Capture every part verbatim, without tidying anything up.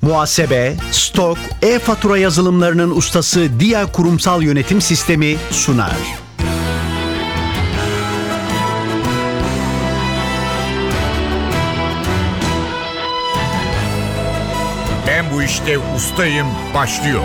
muhasebe, stok, e-fatura yazılımlarının ustası Dia Kurumsal Yönetim Sistemi sunar. Ben bu işte ustayım başlıyor.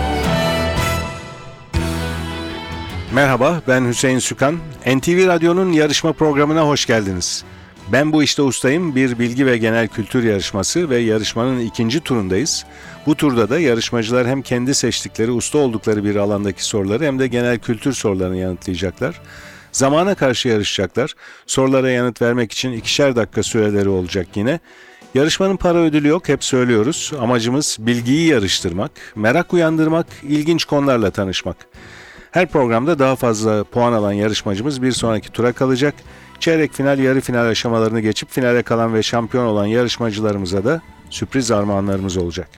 Merhaba, ben Hüseyin Sükan. N T V Radyo'nun yarışma programına hoş geldiniz. Ben bu işte ustayım bir bilgi ve genel kültür yarışması ve yarışmanın ikinci turundayız. Bu turda da yarışmacılar hem kendi seçtikleri, usta oldukları bir alandaki soruları hem de genel kültür sorularını yanıtlayacaklar. Zamana karşı yarışacaklar. Sorulara yanıt vermek için ikişer dakika süreleri olacak yine. Yarışmanın para ödülü yok, hep söylüyoruz. Amacımız bilgiyi yarıştırmak, merak uyandırmak, ilginç konularla tanışmak. Her programda daha fazla puan alan yarışmacımız bir sonraki tura kalacak. Çeyrek final, yarı final aşamalarını geçip finale kalan ve şampiyon olan yarışmacılarımıza da sürpriz armağanlarımız olacak.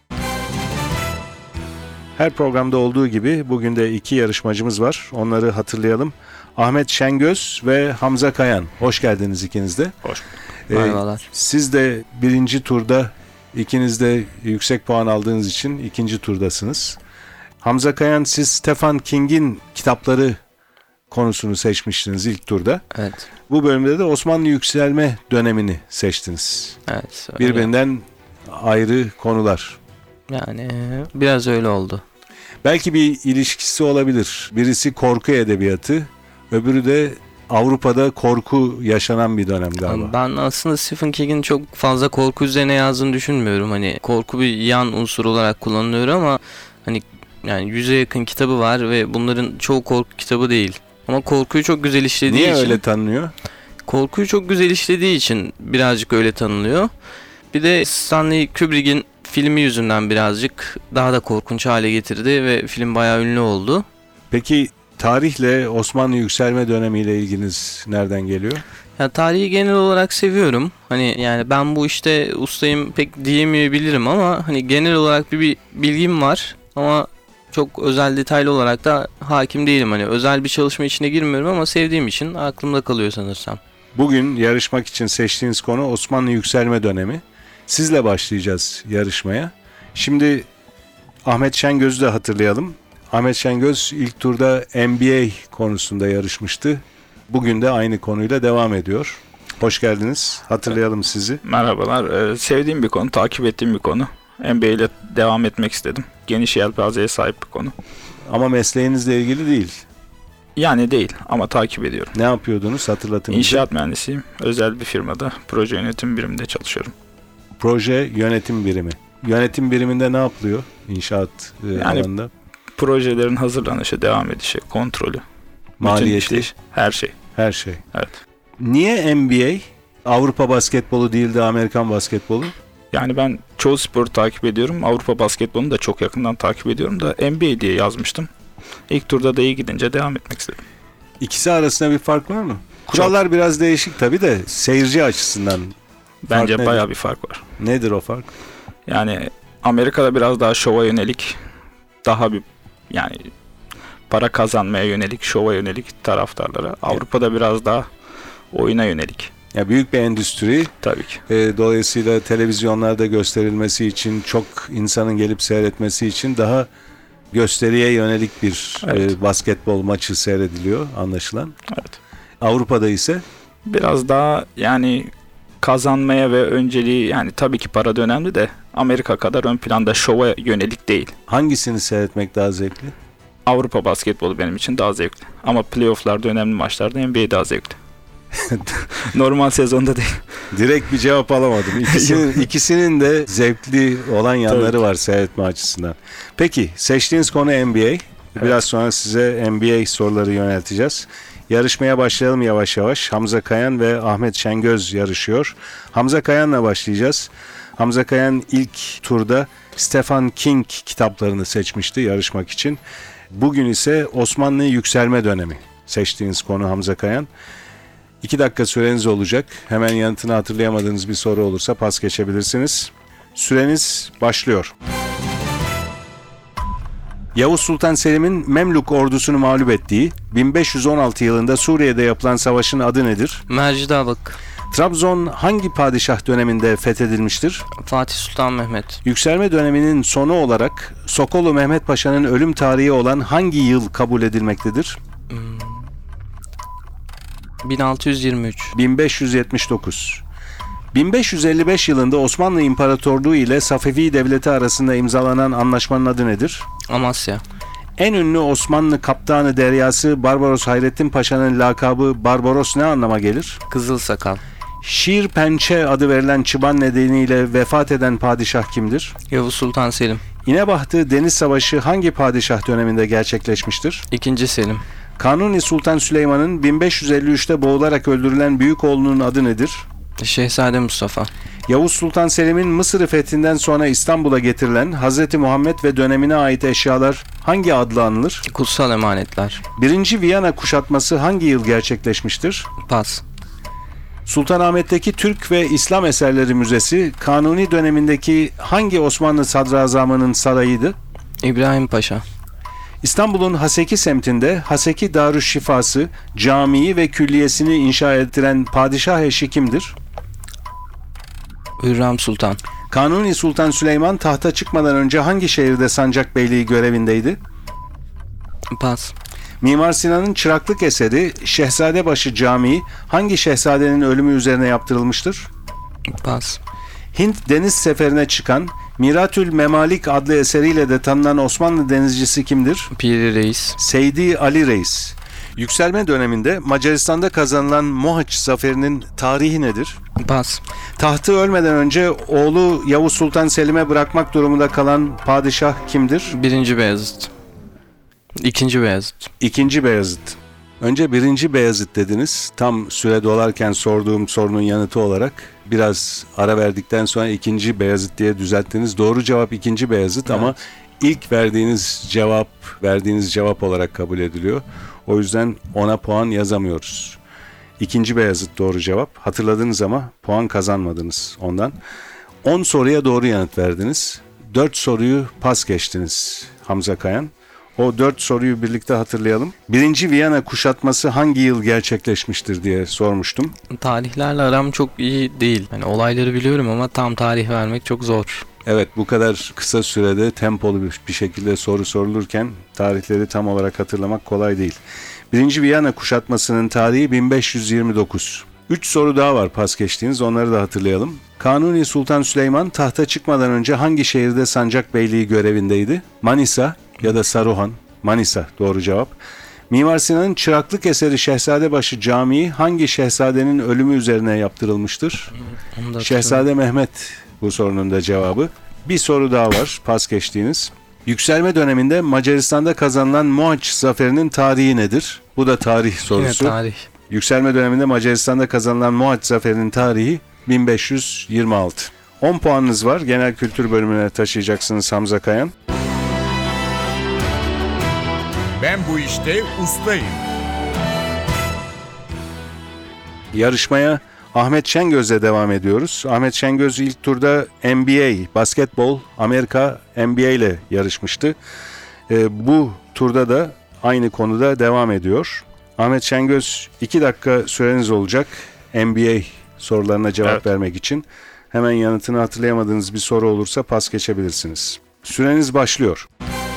Her programda olduğu gibi bugün de iki yarışmacımız var. Onları hatırlayalım. Ahmet Şengöz ve Hamza Kayan. Hoş geldiniz ikiniz de. Hoş Ee, Merhabalar. Siz de birinci turda, ikiniz de yüksek puan aldığınız için ikinci turdasınız. Hamza Kayan, siz Stephen King'in kitapları konusunu seçmiştiniz ilk turda. Evet. Bu bölümde de Osmanlı yükselme dönemini seçtiniz. Evet. Öyle. Birbirinden ayrı konular. Yani biraz öyle oldu. Belki bir ilişkisi olabilir. Birisi korku edebiyatı, öbürü de Avrupa'da korku yaşanan bir dönem galiba. Ben aslında Stephen King'in çok fazla korku üzerine yazdığını düşünmüyorum. Hani korku bir yan unsur olarak kullanılıyor ama hani yani yüze yakın kitabı var ve bunların çoğu korku kitabı değil. Ama korkuyu çok güzel işlediği Niye için. öyle tanınıyor? Korkuyu çok güzel işlediği için birazcık öyle tanınıyor. Bir de Stanley Kubrick'in filmi yüzünden birazcık daha da korkunç hale getirdi ve film bayağı ünlü oldu. Peki tarihle Osmanlı yükselme dönemiyle ilginiz nereden geliyor? Ya tarihi genel olarak seviyorum. Hani yani ben bu işte ustayım pek diyemeyebilirim ama hani genel olarak bir, bir bilgim var ama çok özel detaylı olarak da hakim değilim. Hani özel bir çalışma içine girmiyorum ama sevdiğim için aklımda kalıyor sanırsam. Bugün yarışmak için seçtiğiniz konu Osmanlı yükselme dönemi. Sizle başlayacağız yarışmaya. Şimdi Ahmet Şengöz'ü de hatırlayalım. Ahmet Şengöz ilk turda N B A konusunda yarışmıştı. Bugün de aynı konuyla devam ediyor. Hoş geldiniz. Hatırlayalım sizi. Merhabalar. Ee, sevdiğim bir konu, takip ettiğim bir konu. N B A ile devam etmek istedim. Geniş yelpazeye sahip bir konu. Ama mesleğinizle ilgili değil. Yani değil ama takip ediyorum. Ne yapıyordunuz? Hatırlatın. İnşaat mühendisiyim. Özel bir firmada proje yönetim biriminde çalışıyorum. Proje yönetim birimi. Yönetim biriminde ne yapılıyor inşaat e, Yani alanında? Projelerin hazırlanışı, devam edişi, kontrolü, Maliyeti, işleyiş, her şey. her şey. Evet. Niye N B A? Avrupa basketbolu değil de Amerikan basketbolu? Yani ben çoğu sporu takip ediyorum. Avrupa basketbolunu da çok yakından takip ediyorum da N B A diye yazmıştım. İlk turda da iyi gidince devam etmek istedim. İkisi arasında bir fark var mı? Kurallar çok biraz değişik tabii de seyirci açısından. Bence fark bayağı nedir? bir fark var. Nedir o fark? Yani Amerika'da biraz daha şova yönelik, daha bir yani para kazanmaya yönelik, şova yönelik taraftarlara. Avrupa'da biraz daha oyuna yönelik. Ya büyük bir endüstri. Tabii ki. E, dolayısıyla televizyonlarda gösterilmesi için, çok insanın gelip seyretmesi için daha gösteriye yönelik bir Evet. e, basketbol maçı seyrediliyor anlaşılan. Evet. Avrupa'da ise Biraz daha yani kazanmaya ve önceliği, yani tabii ki para da önemli de Amerika kadar ön planda şova yönelik değil. hangisini seyretmek daha zevkli? Avrupa basketbolu benim için daha zevkli. Ama playoff'larda, önemli maçlarda N B A daha zevkli. Normal sezonda değil. Direkt bir cevap alamadım. İkisinin, ikisinin de zevkli olan yanları Tabii. var seyretme açısından. Peki seçtiğiniz konu N B A. Biraz Evet. sonra size N B A soruları yönelteceğiz. Yarışmaya başlayalım yavaş yavaş. Hamza Kayan ve Ahmet Şengöz yarışıyor. Hamza Kayan'la başlayacağız. Hamza Kayan ilk turda Stephen King kitaplarını seçmişti yarışmak için. Bugün ise Osmanlı yükselme dönemi seçtiğiniz konu Hamza Kayan. İki dakika süreniz olacak. Hemen yanıtını hatırlayamadığınız bir soru olursa pas geçebilirsiniz. Süreniz başlıyor. Yavuz Sultan Selim'in Memlük ordusunu mağlup ettiği bin beş yüz on altı yılında Suriye'de yapılan savaşın adı nedir? Mercidabak. Trabzon hangi padişah döneminde fethedilmiştir? Fatih Sultan Mehmet. Yükselme döneminin sonu olarak Sokolu Mehmet Paşa'nın ölüm tarihi olan hangi yıl kabul edilmektedir? bin altı yüz yirmi üç. bin beş yüz yetmiş dokuz. bin beş yüz elli beş yılında Osmanlı İmparatorluğu ile Safevi Devleti arasında imzalanan anlaşmanın adı nedir? Amasya. En ünlü Osmanlı kaptanı deryası Barbaros Hayrettin Paşa'nın lakabı Barbaros ne anlama gelir? Kızıl Sakal. Şiir Pençe adı verilen çıban nedeniyle vefat eden padişah kimdir? Yavuz Sultan Selim. İnebahtı Deniz Savaşı hangi padişah döneminde gerçekleşmiştir? İkinci Selim. Kanuni Sultan Süleyman'ın bin beş yüz elli üçte boğularak öldürülen büyük oğlunun adı nedir? Şehzade Mustafa. Yavuz Sultan Selim'in Mısır'ı fethinden sonra İstanbul'a getirilen Hazreti Muhammed ve dönemine ait eşyalar hangi adla anılır? Kutsal emanetler. Birinci Viyana kuşatması hangi yıl gerçekleşmiştir? Pas. Sultanahmet'teki Türk ve İslam Eserleri Müzesi Kanuni dönemindeki hangi Osmanlı sadrazamının sarayıydı? İbrahim Paşa. İstanbul'un Haseki semtinde Haseki Darüşşifası, camii ve külliyesini inşa ettiren padişah eşi kimdir? Hürrem Sultan. Kanuni Sultan Süleyman tahta çıkmadan önce hangi şehirde sancakbeyliği görevindeydi? Pas. Mimar Sinan'ın çıraklık eseri Şehzadebaşı Camii hangi şehzadenin ölümü üzerine yaptırılmıştır? Pas. Hint deniz seferine çıkan Miratül Memalik adlı eseriyle de tanınan Osmanlı denizcisi kimdir? Piri Reis. Seydi Ali Reis. Yükselme döneminde Macaristan'da kazanılan Mohaç zaferinin tarihi nedir? Pas. Tahtı ölmeden önce oğlu Yavuz Sultan Selim'e bırakmak durumunda kalan padişah kimdir? Birinci Beyazıt. İkinci Beyazıt. İkinci Beyazıt. Önce birinci Beyazıt dediniz. Tam süre dolarken sorduğum sorunun yanıtı olarak biraz ara verdikten sonra ikinci Beyazıt diye düzelttiniz. Doğru cevap ikinci Beyazıt Evet. ama ilk verdiğiniz cevap verdiğiniz cevap olarak kabul ediliyor. O yüzden ona puan yazamıyoruz. İkinci Beyazıt doğru cevap. Hatırladınız ama puan kazanmadınız ondan. on soruya doğru yanıt verdiniz. dört soruyu pas geçtiniz Hamza Kayan. O dört soruyu birlikte hatırlayalım. Birinci Viyana kuşatması hangi yıl gerçekleşmiştir diye sormuştum. Tarihlerle aram çok iyi değil. Hani olayları biliyorum ama tam tarih vermek çok zor. Evet, bu kadar kısa sürede tempolu bir- bir şekilde soru sorulurken tarihleri tam olarak hatırlamak kolay değil. Birinci Viyana kuşatmasının tarihi bin beş yüz yirmi dokuz. Üç soru daha var pas geçtiğiniz, onları da hatırlayalım. Kanuni Sultan Süleyman tahta çıkmadan önce hangi şehirde sancakbeyliği görevindeydi? Manisa ya da Saruhan. Manisa doğru cevap. Mimar Sinan'ın çıraklık eseri Şehzadebaşı Camii hangi şehzadenin ölümü üzerine yaptırılmıştır? Onu da Şehzade Mehmet bu sorunun da cevabı. Bir soru daha var pas geçtiğiniz. Yükselme döneminde Macaristan'da kazanılan Mohaç zaferinin tarihi nedir? Bu da tarih Yine sorusu. tarih. Yükselme döneminde Macaristan'da kazanılan Mohaç zaferinin tarihi bin beş yüz yirmi altı. on puanınız var. Genel kültür bölümüne taşıyacaksınız Hamza Kayan. Ben bu işte ustayım. Yarışmaya Ahmet Şengöz'le devam ediyoruz. Ahmet Şengöz ilk turda N B A, basketbol, Amerika N B A ile yarışmıştı. Ee, bu turda da aynı konuda devam ediyor. Ahmet Şengöz iki dakika süreniz olacak N B A sorularına cevap Evet. vermek için. Hemen yanıtını hatırlayamadığınız bir soru olursa pas geçebilirsiniz. Süreniz başlıyor.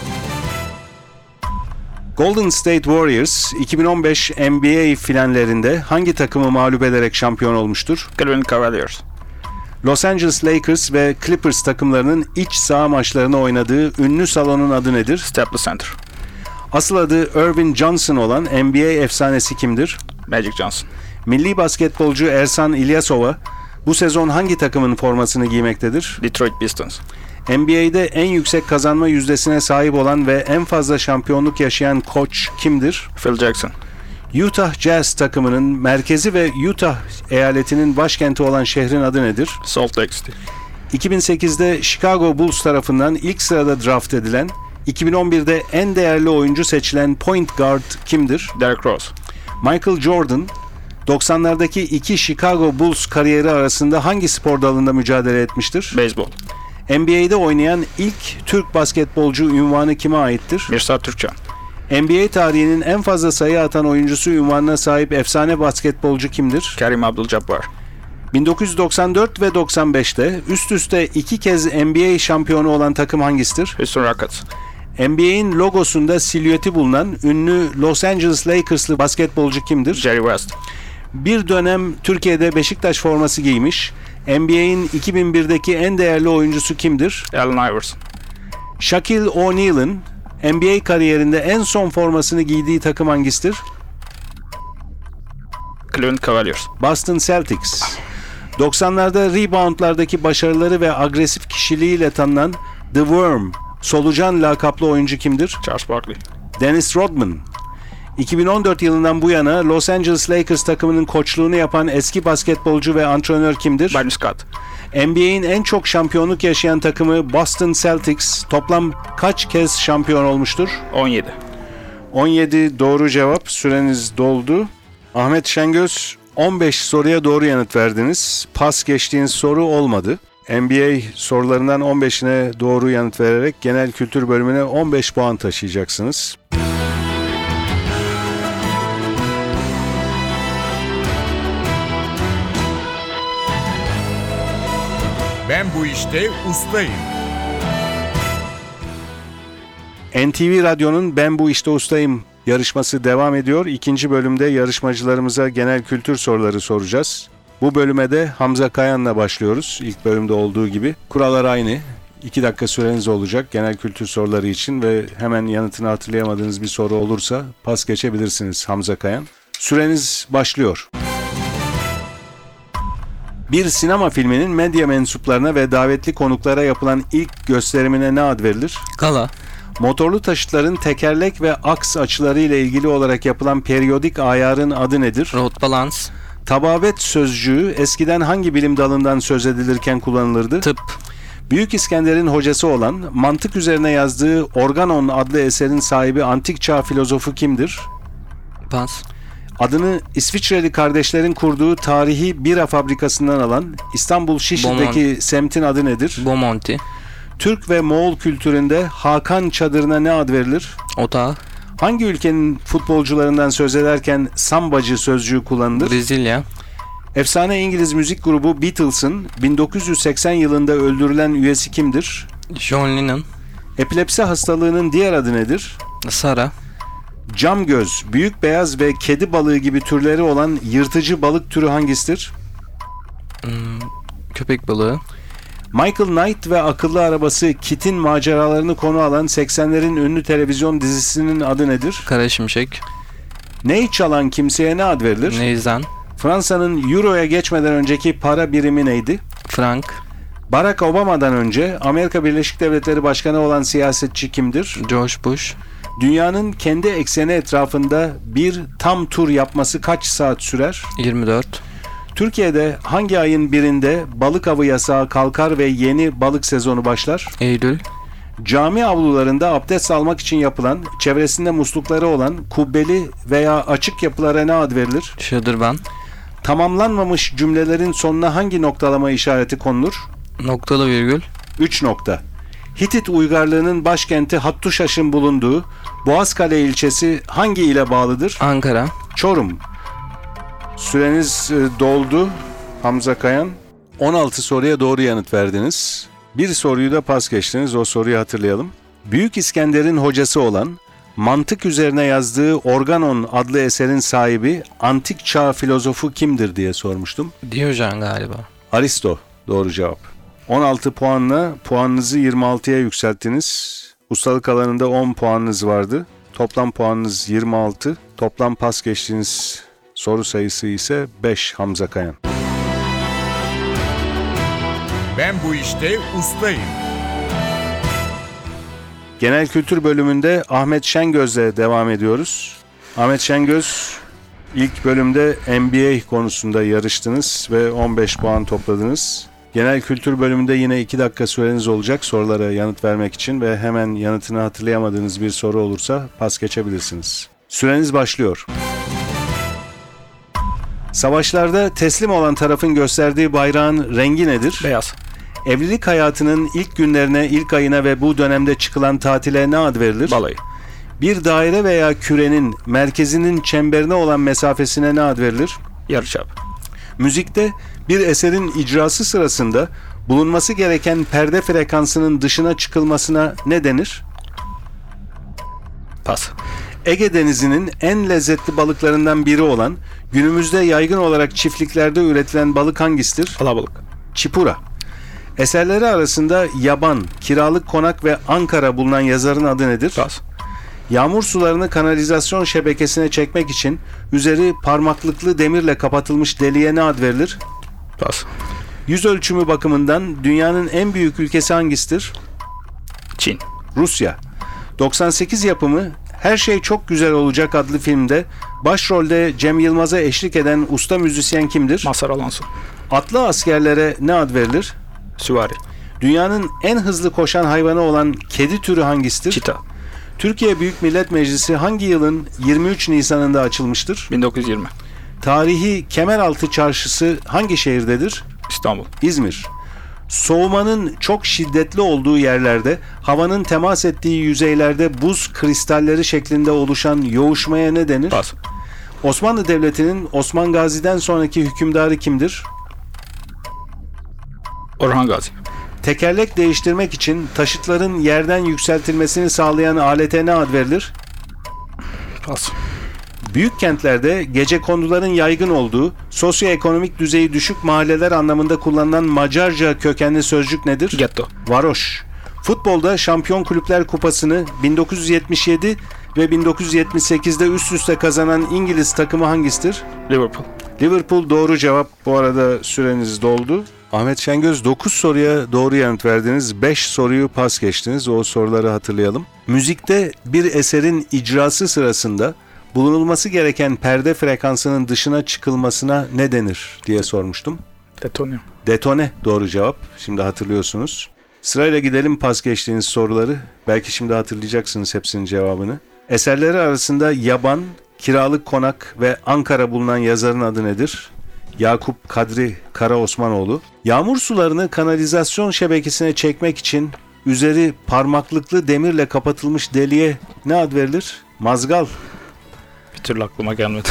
Golden State Warriors iki bin on beş N B A finallerinde hangi takımı mağlup ederek şampiyon olmuştur? Cleveland Cavaliers. Los Angeles Lakers ve Clippers takımlarının iç saha maçlarını oynadığı ünlü salonun adı nedir? Staples Center. Asıl adı Irvin Johnson olan N B A efsanesi kimdir? Magic Johnson. Milli basketbolcu Ersan İlyasova bu sezon hangi takımın formasını giymektedir? Detroit Pistons. N B A'de en yüksek kazanma yüzdesine sahip olan ve en fazla şampiyonluk yaşayan koç kimdir? Phil Jackson. Utah Jazz takımının merkezi ve Utah eyaletinin başkenti olan şehrin adı nedir? Salt Lake City. iki bin sekizde Chicago Bulls tarafından ilk sırada draft edilen, iki bin on birde en değerli oyuncu seçilen point guard kimdir? Derrick Rose. Michael Jordan, doksanlardaki iki Chicago Bulls kariyeri arasında hangi spor dalında mücadele etmiştir? Beyzbol. N B A'de oynayan ilk Türk basketbolcu unvanı kime aittir? Mirsad Türkcan. N B A tarihinin en fazla sayı atan oyuncusu unvanına sahip efsane basketbolcu kimdir? Kareem Abdul-Jabbar. bin dokuz yüz doksan dört ve doksan beşte üst üste iki kez N B A şampiyonu olan takım hangisidir? Houston Rockets. N B A'in logosunda silüeti bulunan ünlü Los Angeles Lakers'lı basketbolcu kimdir? Jerry West. Bir dönem Türkiye'de Beşiktaş forması giymiş. N B A'in iki bin birdeki en değerli oyuncusu kimdir? Allen Iverson. Shaquille O'Neal'ın N B A kariyerinde en son formasını giydiği takım hangisidir? Cleveland Cavaliers. Boston Celtics. doksanlarda reboundlardaki başarıları ve agresif kişiliğiyle tanınan The Worm, solucan lakaplı oyuncu kimdir? Charles Barkley. Dennis Rodman. iki bin on dört yılından bu yana Los Angeles Lakers takımının koçluğunu yapan eski basketbolcu ve antrenör kimdir? Barney Scott. N B A'in en çok şampiyonluk yaşayan takımı Boston Celtics toplam kaç kez şampiyon olmuştur? on yedi. on yedi doğru cevap. Süreniz doldu. Ahmet Şengöz, on beş soruya doğru yanıt verdiniz. Pas geçtiğiniz soru olmadı. N B A sorularından on beşine doğru yanıt vererek genel kültür bölümüne on beş puan taşıyacaksınız. Ben bu işte ustayım. N T V Radyo'nun Ben Bu İşte Ustayım yarışması devam ediyor. İkinci bölümde yarışmacılarımıza genel kültür soruları soracağız. Bu bölüme de Hamza Kayan'la başlıyoruz. İlk bölümde olduğu gibi. Kurallar aynı. iki dakika süreniz olacak genel kültür soruları için ve hemen yanıtını hatırlayamadığınız bir soru olursa pas geçebilirsiniz Hamza Kayan. Süreniz başlıyor. Bir sinema filminin medya mensuplarına ve davetli konuklara yapılan ilk gösterimine ne ad verilir? Gala. Motorlu taşıtların tekerlek ve aks açıları ile ilgili olarak yapılan periyodik ayarın adı nedir? Road balance. Tababet sözcüğü eskiden hangi bilim dalından söz edilirken kullanılırdı? Tıp. Büyük İskender'in hocası olan, mantık üzerine yazdığı Organon adlı eserin sahibi antik çağ filozofu kimdir? Pas. Adını İsviçreli kardeşlerin kurduğu tarihi bira fabrikasından alan İstanbul Şişli'deki semtin adı nedir? Bomonti. Türk ve Moğol kültüründe Hakan Çadırı'na ne ad verilir? Otağı. Hangi ülkenin futbolcularından söz ederken sambacı sözcüğü kullanılır? Brezilya. Efsane İngiliz müzik grubu Beatles'ın bin dokuz yüz seksen yılında öldürülen üyesi kimdir? John Lennon. Epilepsi hastalığının diğer adı nedir? Sara. Camgöz, büyük beyaz ve kedi balığı gibi türleri olan yırtıcı balık türü hangisidir? Hmm, köpek balığı. Michael Knight ve akıllı arabası Kit'in maceralarını konu alan seksenlerin ünlü televizyon dizisinin adı nedir? Kara Şimşek. Ney çalan kimseye ne ad verilir? Neyzen. Fransa'nın Euro'ya geçmeden önceki para birimi neydi? Frank. Barack Obama'dan önce Amerika Birleşik Devletleri Başkanı olan siyasetçi kimdir? George Bush. Dünyanın kendi ekseni etrafında bir tam tur yapması kaç saat sürer? yirmi dört. Türkiye'de hangi ayın birinde balık avı yasağı kalkar ve yeni balık sezonu başlar? Eylül. Cami avlularında abdest almak için yapılan, çevresinde muslukları olan kubbeli veya açık yapılara ne ad verilir? Şadırvan. Tamamlanmamış cümlelerin sonuna hangi noktalama işareti konulur? Noktalı virgül. üç nokta. Hitit uygarlığının başkenti Hattuşaş'ın bulunduğu Boğazkale ilçesi hangi ile bağlıdır? Ankara. Çorum. Süreniz e, doldu Hamza Kayan. on altı soruya doğru yanıt verdiniz. Bir soruyu da pas geçtiniz. O soruyu hatırlayalım. Büyük İskender'in hocası olan, mantık üzerine yazdığı Organon adlı eserin sahibi antik çağ filozofu kimdir diye sormuştum. Diyojen galiba. Aristo doğru cevap. on altı puanla puanınızı yirmi altıya yükselttiniz. Ustalık alanında on puanınız vardı. Toplam puanınız yirmi altı. Toplam pas geçtiğiniz soru sayısı ise beş Hamza Kayan. Ben bu işte ustayım. Genel kültür bölümünde Ahmet Şengöz'le devam ediyoruz. Ahmet Şengöz, ilk bölümde N B A konusunda yarıştınız ve on beş puan topladınız. Genel kültür bölümünde yine iki dakika süreniz olacak sorulara yanıt vermek için ve hemen yanıtını hatırlayamadığınız bir soru olursa pas geçebilirsiniz. Süreniz başlıyor. Savaşlarda teslim olan tarafın gösterdiği bayrağın rengi nedir? Beyaz. Evlilik hayatının ilk günlerine, ilk ayına ve bu dönemde çıkılan tatile ne ad verilir? Balayı. Bir daire veya kürenin merkezinin çemberine olan mesafesine ne ad verilir? Yarıçap. Müzikte Bir eserin icrası sırasında bulunması gereken perde frekansının dışına çıkılmasına ne denir? Pas. Ege Denizi'nin en lezzetli balıklarından biri olan, günümüzde yaygın olarak çiftliklerde üretilen balık hangisidir? Alabalık. Çipura. Eserleri arasında Yaban, Kiralık Konak ve Ankara bulunan yazarın adı nedir? Pas. Yağmur sularını kanalizasyon şebekesine çekmek için üzeri parmaklıklı demirle kapatılmış deliğe ne ad verilir? Pas. Yüz ölçümü bakımından dünyanın en büyük ülkesi hangisidir? Çin. Rusya. doksan sekiz yapımı Her Şey Çok Güzel Olacak adlı filmde başrolde Cem Yılmaz'a eşlik eden usta müzisyen kimdir? Mazhar Alonso. Atlı askerlere ne ad verilir? Süvari. Dünyanın en hızlı koşan hayvanı olan kedi türü hangisidir? Çita. Türkiye Büyük Millet Meclisi hangi yılın yirmi üç Nisan'ında açılmıştır? bin dokuz yüz yirmi. Tarihi Kemeraltı Çarşısı hangi şehirdedir? İstanbul. İzmir. Soğumanın çok şiddetli olduğu yerlerde, havanın temas ettiği yüzeylerde buz kristalleri şeklinde oluşan yoğuşmaya ne denir? Pas. Osmanlı Devleti'nin Osman Gazi'den sonraki hükümdarı kimdir? Orhan Gazi. Tekerlek değiştirmek için taşıtların yerden yükseltilmesini sağlayan alete ne ad verilir? Pas. Büyük kentlerde gecekonduların yaygın olduğu, sosyoekonomik düzeyi düşük mahalleler anlamında kullanılan Macarca kökenli sözcük nedir? Getto. Varoş. Futbolda Şampiyon Kulüpler Kupası'nı bin dokuz yüz yetmiş yedi ve bin dokuz yüz yetmiş sekizde üst üste kazanan İngiliz takımı hangisidir? Liverpool. Liverpool doğru cevap. Bu arada süreniz doldu. Ahmet Şengöz, dokuz soruya doğru yanıt verdiniz. beş soruyu pas geçtiniz. O soruları hatırlayalım. Müzikte bir eserin icrası sırasında bulunulması gereken perde frekansının dışına çıkılmasına ne denir diye sormuştum. Detone. Detone doğru cevap. Şimdi hatırlıyorsunuz. Sırayla gidelim pas geçtiğiniz soruları. Belki şimdi hatırlayacaksınız hepsinin cevabını. Eserleri arasında Yaban, Kiralık Konak ve Ankara bulunan yazarın adı nedir? Yakup Kadri Karaosmanoğlu. Yağmur sularını kanalizasyon şebekesine çekmek için üzeri parmaklıklı demirle kapatılmış deliğe ne ad verilir? Mazgal. Bir türlü aklıma gelmedi.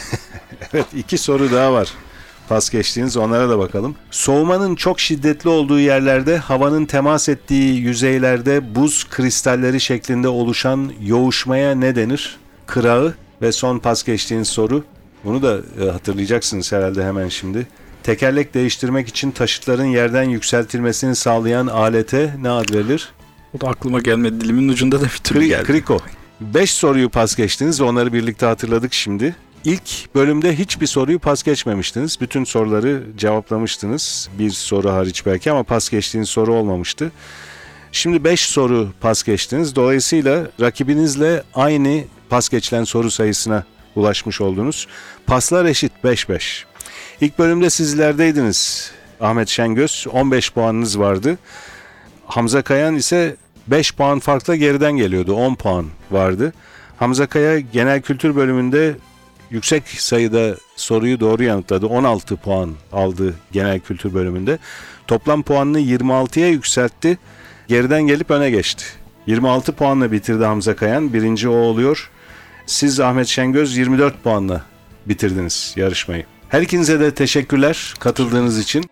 Evet, iki soru daha var. Pas geçtiğiniz, onlara da bakalım. Soğumanın çok şiddetli olduğu yerlerde, havanın temas ettiği yüzeylerde buz kristalleri şeklinde oluşan yoğuşmaya ne denir? Kırağı. Ve son pas geçtiğiniz soru, bunu da e, hatırlayacaksınız herhalde hemen şimdi. Tekerlek değiştirmek için taşıtların yerden yükseltilmesini sağlayan alete ne ad verilir? O da aklıma gelmedi. Dilimin ucunda da bir türlü Kri- geldi. Kriko. beş soruyu pas geçtiniz ve onları birlikte hatırladık şimdi. İlk bölümde hiçbir soruyu pas geçmemiştiniz. Bütün soruları cevaplamıştınız. Bir soru hariç belki, ama pas geçtiğiniz soru olmamıştı. Şimdi beş soru pas geçtiniz. Dolayısıyla rakibinizle aynı pas geçilen soru sayısına ulaşmış oldunuz. Paslar eşit, beş beş. İlk bölümde sizlerdeydiniz. Ahmet Şengöz, on beş puanınız vardı. Hamza Kayan ise beş puan farkla geriden geliyordu. on puan vardı. Hamza Kaya genel kültür bölümünde yüksek sayıda soruyu doğru yanıtladı. on altı puan aldı genel kültür bölümünde. Toplam puanını yirmi altıya yükseltti. Geriden gelip öne geçti. yirmi altı puanla bitirdi Hamza Kayan. Birinci o oluyor. Siz Ahmet Şengöz yirmi dört puanla bitirdiniz yarışmayı. Her ikinize de teşekkürler katıldığınız için.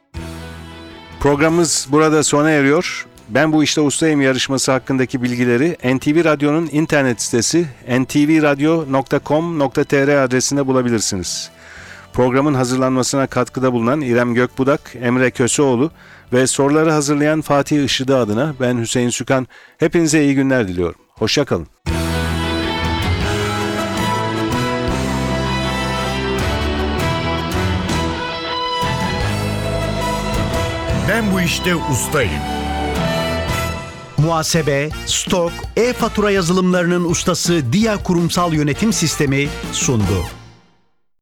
Programımız burada sona eriyor. Ben bu işte ustayım yarışması hakkındaki bilgileri N T V Radyo'nun internet sitesi en ti vi radyo nokta com nokta tr adresinde bulabilirsiniz. Programın hazırlanmasına katkıda bulunan İrem Gökbudak, Emre Köseoğlu ve soruları hazırlayan Fatih Işıdı adına ben Hüseyin Sükan. Hepinize iyi günler diliyorum. Hoşça kalın. Ben bu işte ustayım. Muhasebe, stok, e-fatura yazılımlarının ustası Dia Kurumsal Yönetim Sistemi sundu.